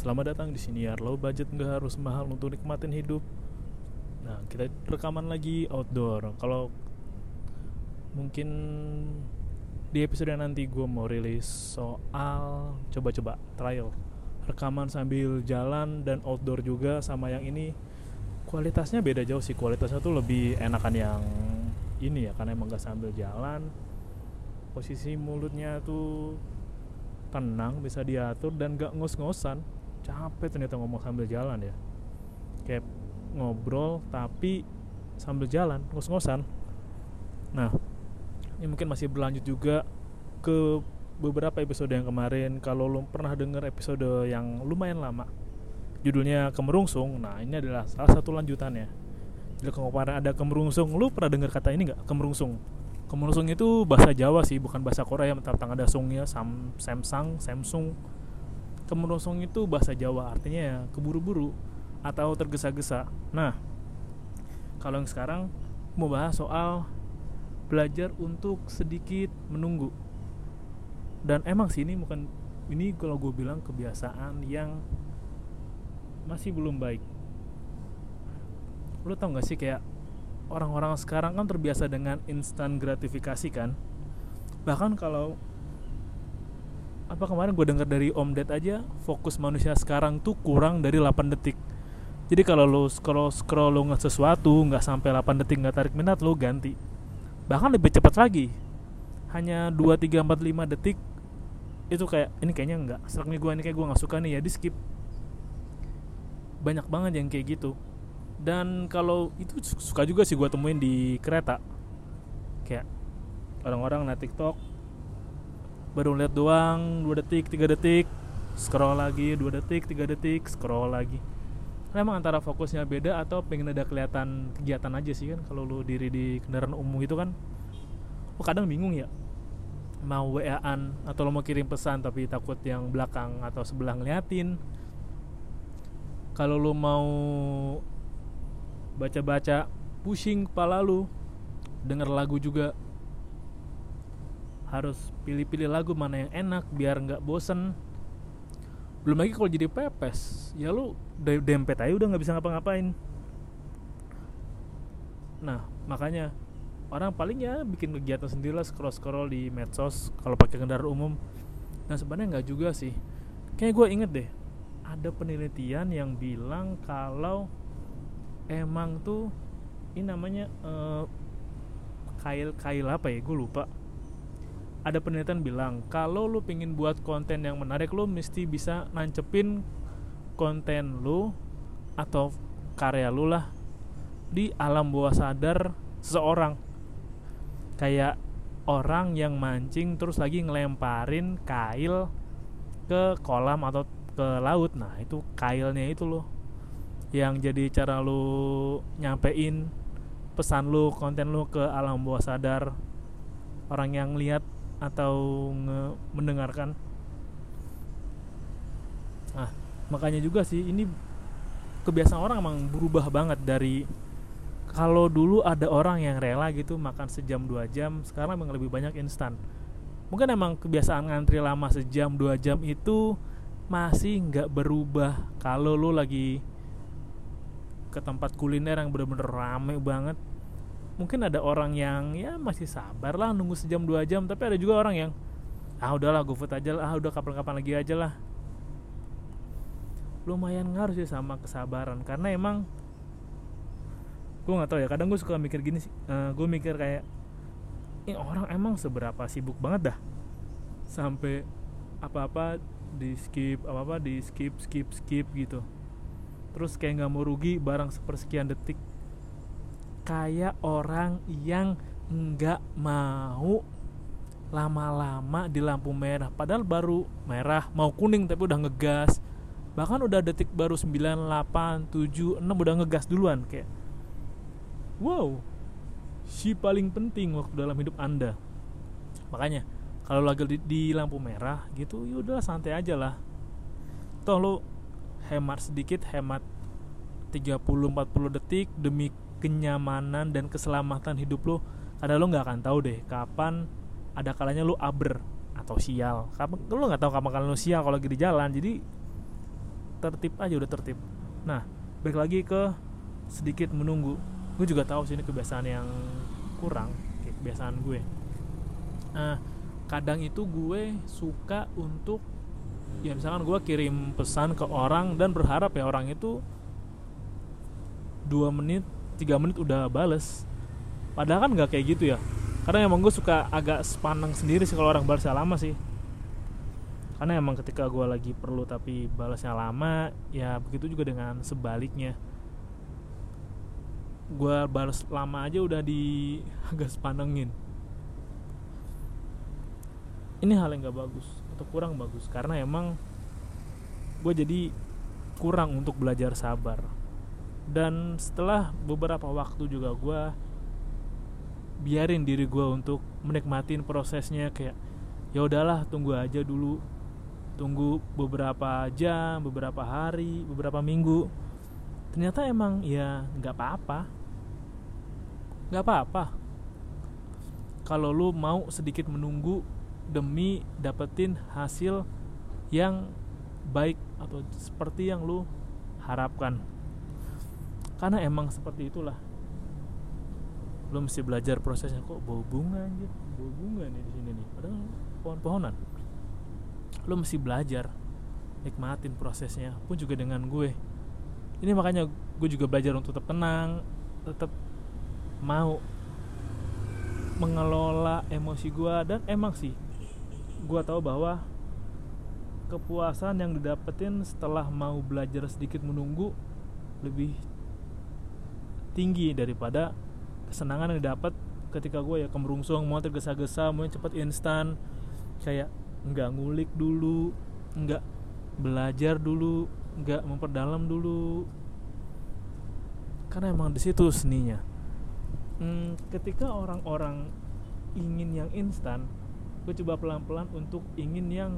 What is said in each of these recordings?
Selamat datang di siniar. Low budget nggak harus mahal untuk nikmatin hidup. Nah, kita rekaman lagi outdoor. Kalau mungkin di episode nanti gue mau rilis soal coba-coba trial rekaman sambil jalan dan outdoor juga. Sama yang ini kualitasnya beda jauh sih. Kualitasnya tuh lebih enakan yang ini ya, karena emang gak sambil jalan. Posisi mulutnya tuh tenang, bisa diatur dan gak ngos-ngosan. Capek ternyata ngomong sambil jalan ya, kayak ngobrol tapi sambil jalan, ngos-ngosan. Nah, ini mungkin masih berlanjut juga ke beberapa episode yang kemarin. Kalau lo pernah denger episode yang lumayan lama, judulnya Kemerungsung. Nah, ini adalah salah satu lanjutannya. Jadi kalau kemarin ada kemerungsung, lo pernah dengar kata ini nggak? Kemerungsung. Kemerungsung itu bahasa Jawa sih, bukan bahasa Korea. Tentang ada sungnya, Samsung. Kemerungsung itu bahasa Jawa, artinya ya keburu-buru atau tergesa-gesa. Nah, kalau yang sekarang mau bahas soal belajar untuk sedikit menunggu. Dan emang sih ini kalau gue bilang kebiasaan yang masih belum baik. Lo tau gak sih, kayak orang-orang sekarang kan terbiasa dengan instant gratifikasi kan. Bahkan kalau kemarin gue dengar dari Om Ded aja, fokus manusia sekarang tuh kurang dari 8 detik. Jadi kalau lo scroll lo nge sesuatu nggak sampai 8 detik nggak tarik minat, lo ganti. Bahkan lebih cepat lagi, hanya 2, 3, 4, 5 detik itu kayak ini kayaknya nggak serak nih gue, ini kayak gue nggak suka nih ya, di skip. Banyak banget yang kayak gitu. Dan kalau itu suka juga sih gue temuin di kereta, kayak orang-orang liat TikTok, baru lihat doang 2 detik 3 detik scroll lagi, 2 detik 3 detik scroll lagi. Emang antara fokusnya beda atau pengen ada kelihatan kegiatan aja sih kan. Kalau lu diri di kendaraan umum itu kan, kadang bingung ya, mau WA-an atau lo mau kirim pesan tapi takut yang belakang atau sebelah ngeliatin. Kalau lu mau baca-baca, pusing kepala lu. Denger lagu juga harus pilih-pilih lagu mana yang enak biar nggak bosen. Belum lagi kalau jadi pepes, ya lu dempet aja udah nggak bisa ngapa-ngapain. Nah, makanya orang paling ya bikin kegiatan sendiri lah, scroll di medsos kalau pakai kendaraan umum. Nah, sebenarnya nggak juga sih. Kayaknya gue inget deh, ada penelitian yang bilang kalau emang tuh ini namanya kail apa ya, gue lupa. Ada penelitian bilang kalau lu pengen buat konten yang menarik, lu mesti bisa nancepin konten lu atau karya lu lah di alam bawah sadar seseorang. Kayak orang yang mancing terus lagi ngelemparin kail ke kolam atau ke laut. Nah, itu kailnya itu loh yang jadi cara lu nyampein pesan lu, konten lu ke alam bawah sadar orang yang lihat atau mendengarkan. Nah, makanya juga sih ini kebiasaan orang emang berubah banget. Dari kalau dulu ada orang yang rela gitu makan sejam 2 jam, sekarang emang lebih banyak instan. Mungkin emang kebiasaan ngantri lama sejam 2 jam itu masih gak berubah. Kalau lu lagi ke tempat kuliner yang bener-bener rame banget, mungkin ada orang yang ya masih sabar lah nunggu sejam 2 jam. Tapi ada juga orang yang udahlah GoFood aja lah, udah kapan-kapan lagi aja lah. Lumayan ngaruh sih sama kesabaran. Karena emang gue gak tahu ya, kadang gue suka mikir gini sih, gue mikir kayak ini orang emang seberapa sibuk banget dah sampai apa-apa di skip gitu. Terus kayak gak mau rugi barang sepersekian detik. Kayak orang yang nggak mau lama-lama di lampu merah, padahal baru merah mau kuning tapi udah ngegas. Bahkan udah detik baru 9, 8, 7, 6 udah ngegas duluan. Kayak wow, si paling penting waktu dalam hidup Anda. Makanya kalau lagi di lampu merah gitu, yaudah santai aja lah. Toh lo hemat sedikit, hemat 30-40 detik demi kenyamanan dan keselamatan hidup lo. Karena lo nggak akan tahu deh kapan ada kalanya lo aber atau sial. Lo nggak tahu kapan kalian lo sial kalau lagi di jalan. Jadi tertib aja udah tertib. Nah, balik lagi ke sedikit menunggu. Gue juga tahu sih ini kebiasaan yang kurang, kayak kebiasaan gue. Kadang itu gue suka untuk, ya misalkan gue kirim pesan ke orang dan berharap ya orang itu 2 menit 3 menit udah bales. Padahal kan gak kayak gitu ya. Karena emang gue suka agak sepaneng sendiri sih kalau orang balasnya lama sih. Karena emang ketika gue lagi perlu tapi balasnya lama, ya begitu juga dengan sebaliknya. Gue balas lama aja udah di agak sepanengin. Ini hal yang gak bagus atau kurang bagus, karena emang gue jadi kurang untuk belajar sabar. Dan setelah beberapa waktu juga gue biarin diri gue untuk menikmatin prosesnya, kayak ya udahlah, tunggu aja dulu, tunggu beberapa jam, beberapa hari, beberapa minggu. Ternyata emang ya nggak apa-apa kalau lu mau sedikit menunggu demi dapetin hasil yang baik atau seperti yang lu harapkan. Karena emang seperti itulah. Lu mesti belajar prosesnya. Kok bau bunga anjir, bau bunga nih di sini nih, padahal pohon-pohonan. Lu mesti belajar nikmatin prosesnya. Pun juga dengan gue ini, makanya gue juga belajar untuk tetap tenang, tetap mau mengelola emosi gue. Dan emang sih gue tahu bahwa kepuasan yang didapetin setelah mau belajar sedikit menunggu lebih tinggi daripada kesenangan yang didapat ketika gue ya kemerungsung, mau tergesa-gesa, mau cepat instan, kayak nggak ngulik dulu, nggak belajar dulu, nggak memperdalam dulu. Karena emang di situ seninya. Ketika orang-orang ingin yang instan, gue coba pelan-pelan untuk ingin yang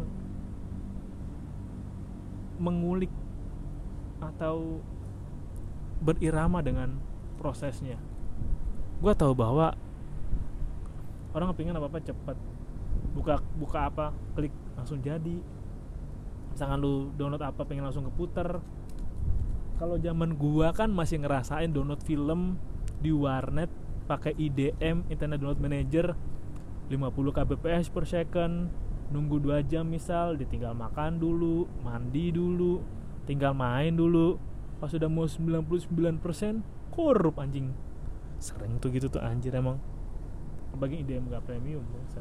mengulik atau berirama dengan prosesnya. Gue tahu bahwa orang pengen apa-apa cepat, buka apa klik langsung jadi. Misalkan lu download apa pengen langsung keputer. Kalau zaman gua kan masih ngerasain download film di warnet pakai IDM, Internet Download Manager, 50 kbps per second, nunggu 2 jam misal, ditinggal makan dulu, mandi dulu, tinggal main dulu. Pas sudah mau 99% korup anjing. Sering tuh gitu tuh anjir emang. Bagi IDM gak premium bangsa.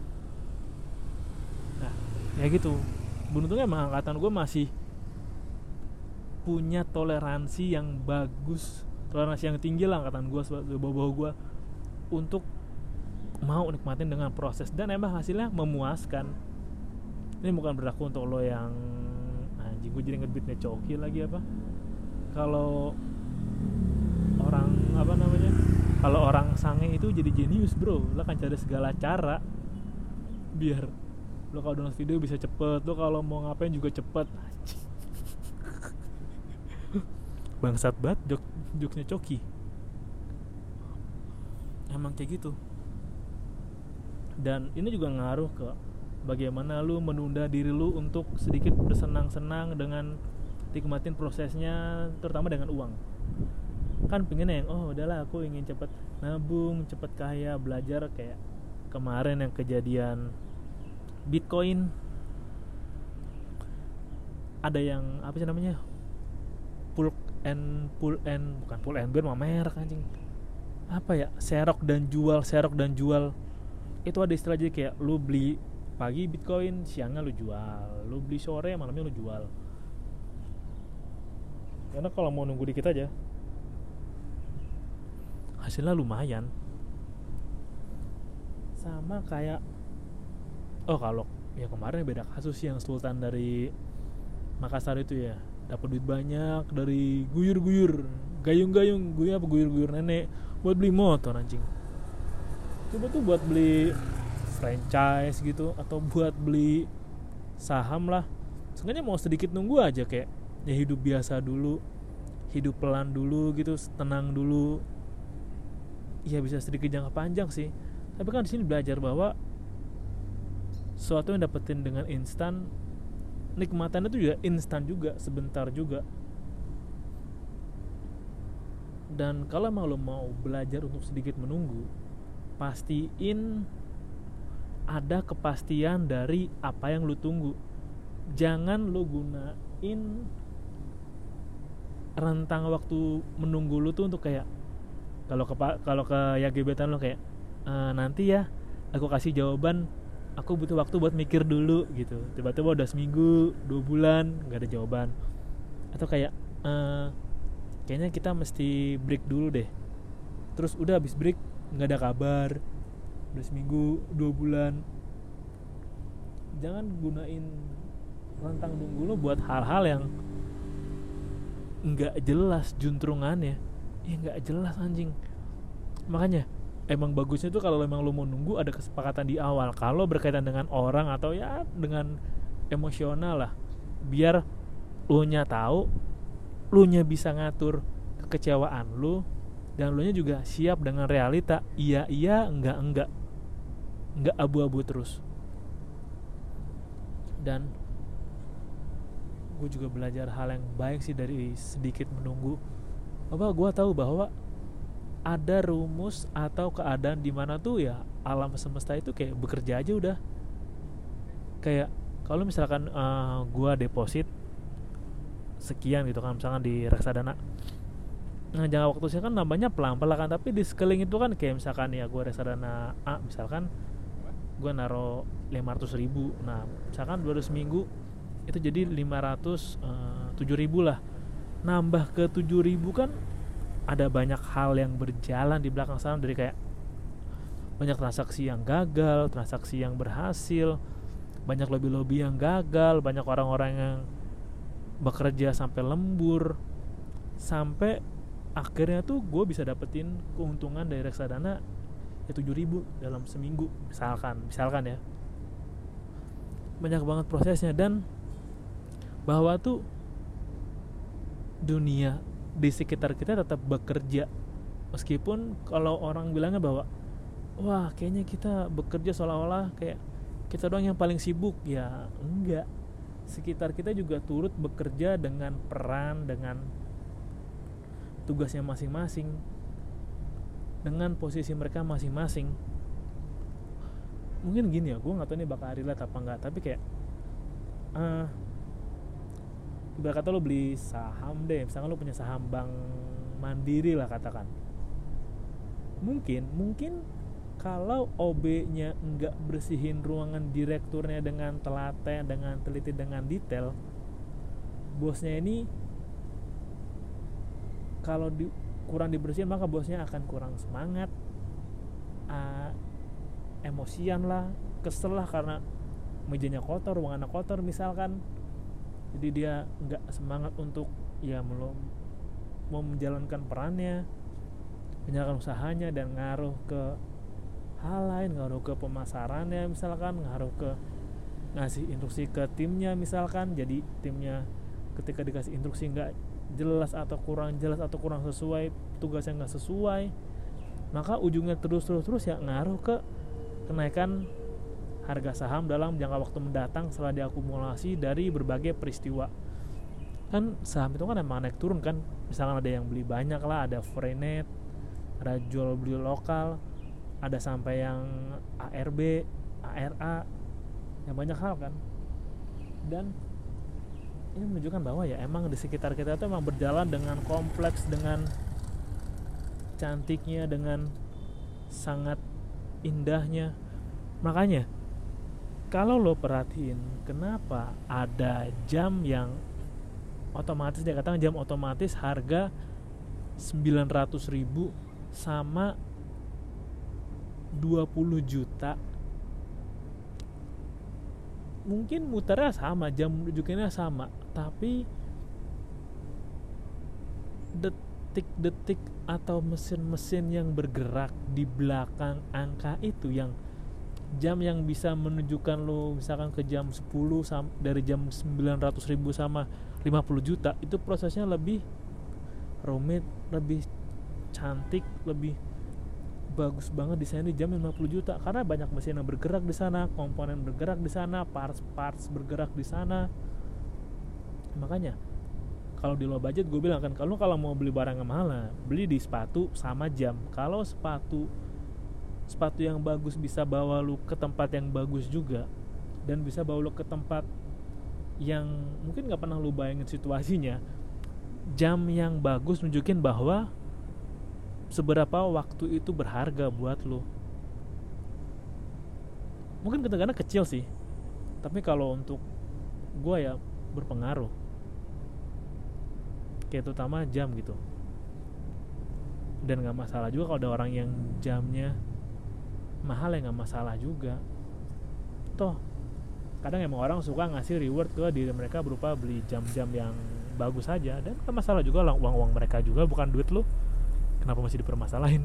Nah ya gitu. Beruntungnya emang angkatan gue masih punya toleransi yang bagus, toleransi yang tinggi lah angkatan gue, bawah-bawah gue, untuk mau nikmatin dengan proses. Dan emang hasilnya memuaskan. Ini bukan berlaku untuk lo yang anjing, gue jadi nge-beatnya coki lagi apa. Kalau orang kalau orang sange itu jadi jenius bro, lo kan cari segala cara biar lo kalau download video bisa cepet, lo kalau mau ngapain juga cepet. Bangsat banget jokesnya coki. Emang kayak gitu. Dan ini juga ngaruh ke bagaimana lu menunda diri lu untuk sedikit bersenang-senang dengan nikmatin prosesnya, terutama dengan uang. Kan pengennya yang udahlah aku ingin cepet nabung, cepet kaya, belajar. Kayak kemarin yang kejadian Bitcoin, ada yang apa sih namanya, pull and bukan pull and bear, mah merek anjing, apa ya, serok dan jual. Itu ada istilah, jadi kayak lu beli pagi Bitcoin, siangnya lu jual, lu beli sore, malamnya lu jual. Karena kalau mau nunggu dikit aja hasilnya lumayan. Sama kayak kalau ya kemarin beda kasus yang Sultan dari Makassar itu ya, dapat duit banyak dari gayung-gayung guyur nenek buat beli motor anjing. Coba tuh buat beli franchise gitu, atau buat beli saham lah. Sebenarnya mau sedikit nunggu aja, kayak ya hidup biasa dulu, hidup pelan dulu gitu, tenang dulu. Ya bisa sedikit jangka panjang sih. Tapi kan di sini belajar bahwa sesuatu yang dapetin dengan instan nikmatannya itu juga instan juga, sebentar juga. Dan kalau emang lo mau belajar untuk sedikit menunggu, pastiin ada kepastian dari apa yang lo tunggu. Jangan lo gunain rentang waktu menunggu lo tuh untuk kayak, kalau ke ya gebetan lo kayak, nanti ya aku kasih jawaban, aku butuh waktu buat mikir dulu gitu. Tiba-tiba udah seminggu 2 bulan nggak ada jawaban. Atau kayak, kayaknya kita mesti break dulu deh, terus udah habis break nggak ada kabar, udah seminggu 2 bulan. Jangan gunain rentang nunggu lo buat hal-hal yang nggak jelas juntrungannya. Ya nggak jelas anjing. Makanya emang bagusnya tuh kalau emang lo mau nunggu ada kesepakatan di awal. Kalau berkaitan dengan orang atau ya dengan emosional lah, biar lo nya tahu, lo nya bisa ngatur kekecewaan lo, dan lo nya juga siap dengan realita. Iya enggak abu-abu terus. Dan gue juga belajar hal yang baik sih dari sedikit menunggu. Gue tahu bahwa ada rumus atau keadaan di mana tuh ya alam semesta itu kayak bekerja aja udah. Kayak kalau misalkan gue deposit sekian gitu kan, misalkan di reksadana, nah jangka waktu saya kan nambahnya pelan-pelan kan, tapi di sekeliling itu kan kayak misalkan ya gue reksadana A, misalkan gue naro 500.000, nah misalkan 200 minggu itu jadi 7.000 lah, nambah ke 7.000 kan ada banyak hal yang berjalan di belakang sana, dari kayak banyak transaksi yang gagal, transaksi yang berhasil, banyak lobby-lobby yang gagal, banyak orang-orang yang bekerja sampai lembur, sampai akhirnya tuh gue bisa dapetin keuntungan dari reksadana ya 7.000 dalam seminggu misalkan ya. Banyak banget prosesnya, dan bahwa tuh dunia di sekitar kita tetap bekerja, meskipun kalau orang bilangnya bahwa wah kayaknya kita bekerja seolah-olah kayak kita doang yang paling sibuk. Ya enggak, sekitar kita juga turut bekerja dengan peran, dengan tugasnya masing-masing, dengan posisi mereka masing-masing. Mungkin gini ya, gue gak tahu ini bakal relate apa enggak, tapi kayak ibarat kata lo beli saham deh, misalkan lo punya saham Bank Mandiri lah katakan. Mungkin kalau OB-nya nggak bersihin ruangan direkturnya dengan telaten, dengan teliti, dengan detail, bosnya ini kalau kurang dibersihin maka bosnya akan kurang semangat, emosian lah, kesel lah karena mejanya kotor, ruangannya kotor misalkan. Jadi dia nggak semangat untuk ya mau menjalankan perannya, menjalankan usahanya, dan ngaruh ke hal lain, ngaruh ke pemasarannya misalkan, ngaruh ke ngasih instruksi ke timnya misalkan. Jadi timnya ketika dikasih instruksi nggak jelas atau kurang jelas atau kurang sesuai, tugasnya nggak sesuai, maka ujungnya terus ya ngaruh ke kenaikan harga saham dalam jangka waktu mendatang setelah diakumulasi dari berbagai peristiwa. Kan saham itu kan emang naik turun kan, misalkan ada yang beli banyak lah, ada Freenet, ada jual beli lokal, ada sampai yang ARB, ARA, yang banyak hal kan. Dan ini menunjukkan bahwa ya emang di sekitar kita itu emang berjalan dengan kompleks, dengan cantiknya, dengan sangat indahnya. Makanya kalau lo perhatiin kenapa ada jam yang otomatis, dia katakan jam otomatis harga 900.000 sama 20 juta, mungkin muternya sama, jam rujukannya sama, tapi detik-detik atau mesin-mesin yang bergerak di belakang angka itu, yang jam yang bisa menunjukkan lo misalkan ke jam 10 dari jam 900.000 sama 50 juta, itu prosesnya lebih rumit, lebih cantik, lebih bagus banget desainnya di jam 50 juta, karena banyak mesin yang bergerak di sana, komponen bergerak di sana, parts bergerak di sana. Makanya kalau di low budget gue bilang kan, kalau mau beli barang yang mahal, beli di sepatu sama jam. Kalau sepatu yang bagus bisa bawa lu ke tempat yang bagus juga, dan bisa bawa lu ke tempat yang mungkin nggak pernah lu bayangin situasinya. Jam yang bagus nunjukin bahwa seberapa waktu itu berharga buat lu. Mungkin kadang-kadang kecil sih, tapi kalau untuk gue ya berpengaruh. Kayak terutama jam gitu. Dan gak masalah juga kalau ada orang yang jamnya mahal, ya gak masalah juga. Toh kadang emang orang suka ngasih reward ke diri mereka berupa beli jam-jam yang bagus aja, dan gak masalah juga lah, uang mereka juga, bukan duit lu. Kenapa masih dipermasalahin?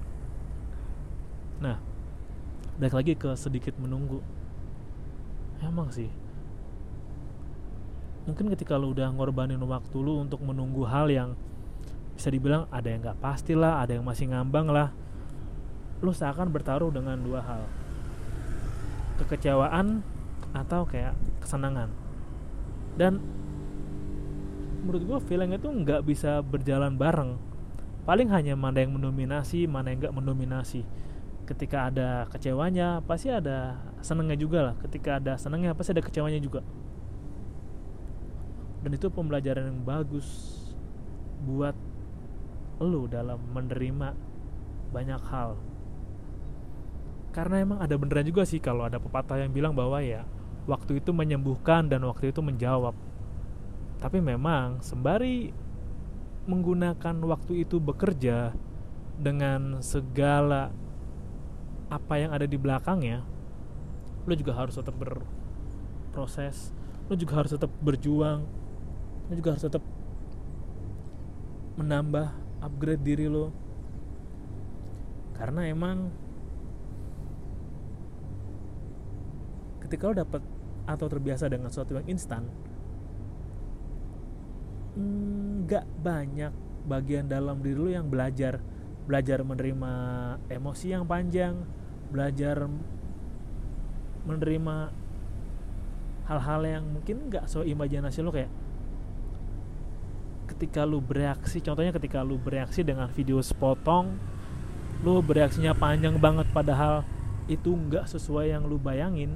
Nah, balik lagi ke sedikit menunggu. Emang sih, mungkin ketika lu udah ngorbanin waktu lu untuk menunggu hal yang bisa dibilang ada yang gak pasti lah, ada yang masih ngambang lah, lu seakan bertaruh dengan dua hal, kekecewaan atau kayak kesenangan. Dan menurut gue feelingnya tuh gak bisa berjalan bareng. Paling hanya mana yang mendominasi, mana yang gak mendominasi. Ketika ada kecewanya, pasti ada senengnya juga lah. Ketika ada senengnya, pasti ada kecewanya juga. Dan itu pembelajaran yang bagus buat lu dalam menerima banyak hal. Karena emang ada beneran juga sih kalau ada pepatah yang bilang bahwa ya waktu itu menyembuhkan dan waktu itu menjawab. Tapi memang sembari menggunakan waktu itu bekerja dengan segala apa yang ada di belakangnya, lu juga harus tetap berproses, lu juga harus tetap berjuang, lu juga harus tetap menambah, upgrade diri lu. Karena emang ketika lu dapat atau terbiasa dengan sesuatu yang instan, gak banyak bagian dalam diri lu yang belajar menerima emosi yang panjang, belajar menerima hal-hal yang mungkin gak so imajinasi lu. Kayak ketika lu bereaksi, contohnya ketika lu bereaksi dengan video sepotong, lu bereaksinya panjang banget padahal itu gak sesuai yang lu bayangin.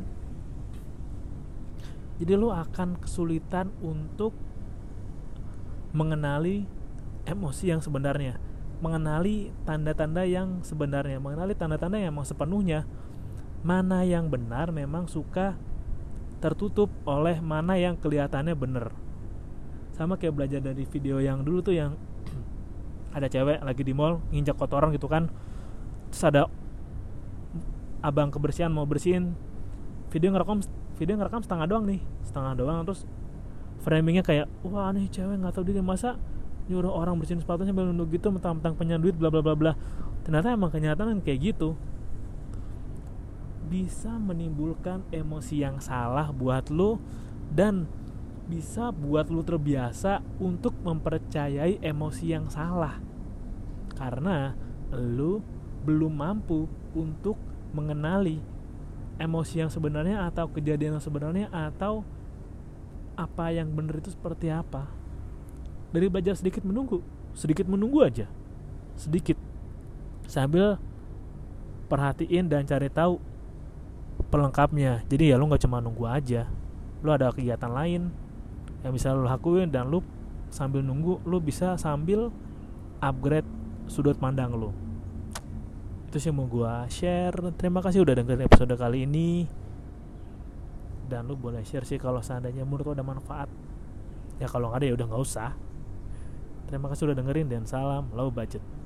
Jadi lu akan kesulitan untuk mengenali emosi yang sebenarnya, mengenali tanda-tanda yang sebenarnya, mengenali tanda-tanda yang memang sepenuhnya mana yang benar memang suka tertutup oleh mana yang kelihatannya benar. Sama kayak belajar dari video yang dulu tuh, yang ada cewek lagi di mall nginjak kotoran gitu kan, terus ada abang kebersihan mau bersihin, video ngerekam setengah doang, terus framingnya kayak, wah nih cewek nggak tahu diri, masa nyuruh orang bersihin sepatunya sambil nunduk gitu, mentang-mentang punya duit, bla bla bla bla. Ternyata emang kenyataan kayak gitu, bisa menimbulkan emosi yang salah buat lu, dan bisa buat lu terbiasa untuk mempercayai emosi yang salah karena lu belum mampu untuk mengenali emosi yang sebenarnya atau kejadian yang sebenarnya atau apa yang benar itu seperti apa. Dari belajar sedikit menunggu aja, sedikit, sambil perhatiin dan cari tahu pelengkapnya. Jadi ya lu nggak cuma nunggu aja, lu ada kegiatan lain yang bisa lu lakuin, dan lu sambil nunggu lu bisa sambil upgrade sudut pandang lu. Itu sih mau gua share. Terima kasih udah dengerin episode kali ini. Dan lu boleh share sih kalau seandainya menurut lu ada manfaat. Ya kalau nggak ada ya udah nggak usah. Terima kasih udah dengerin, dan salam low budget.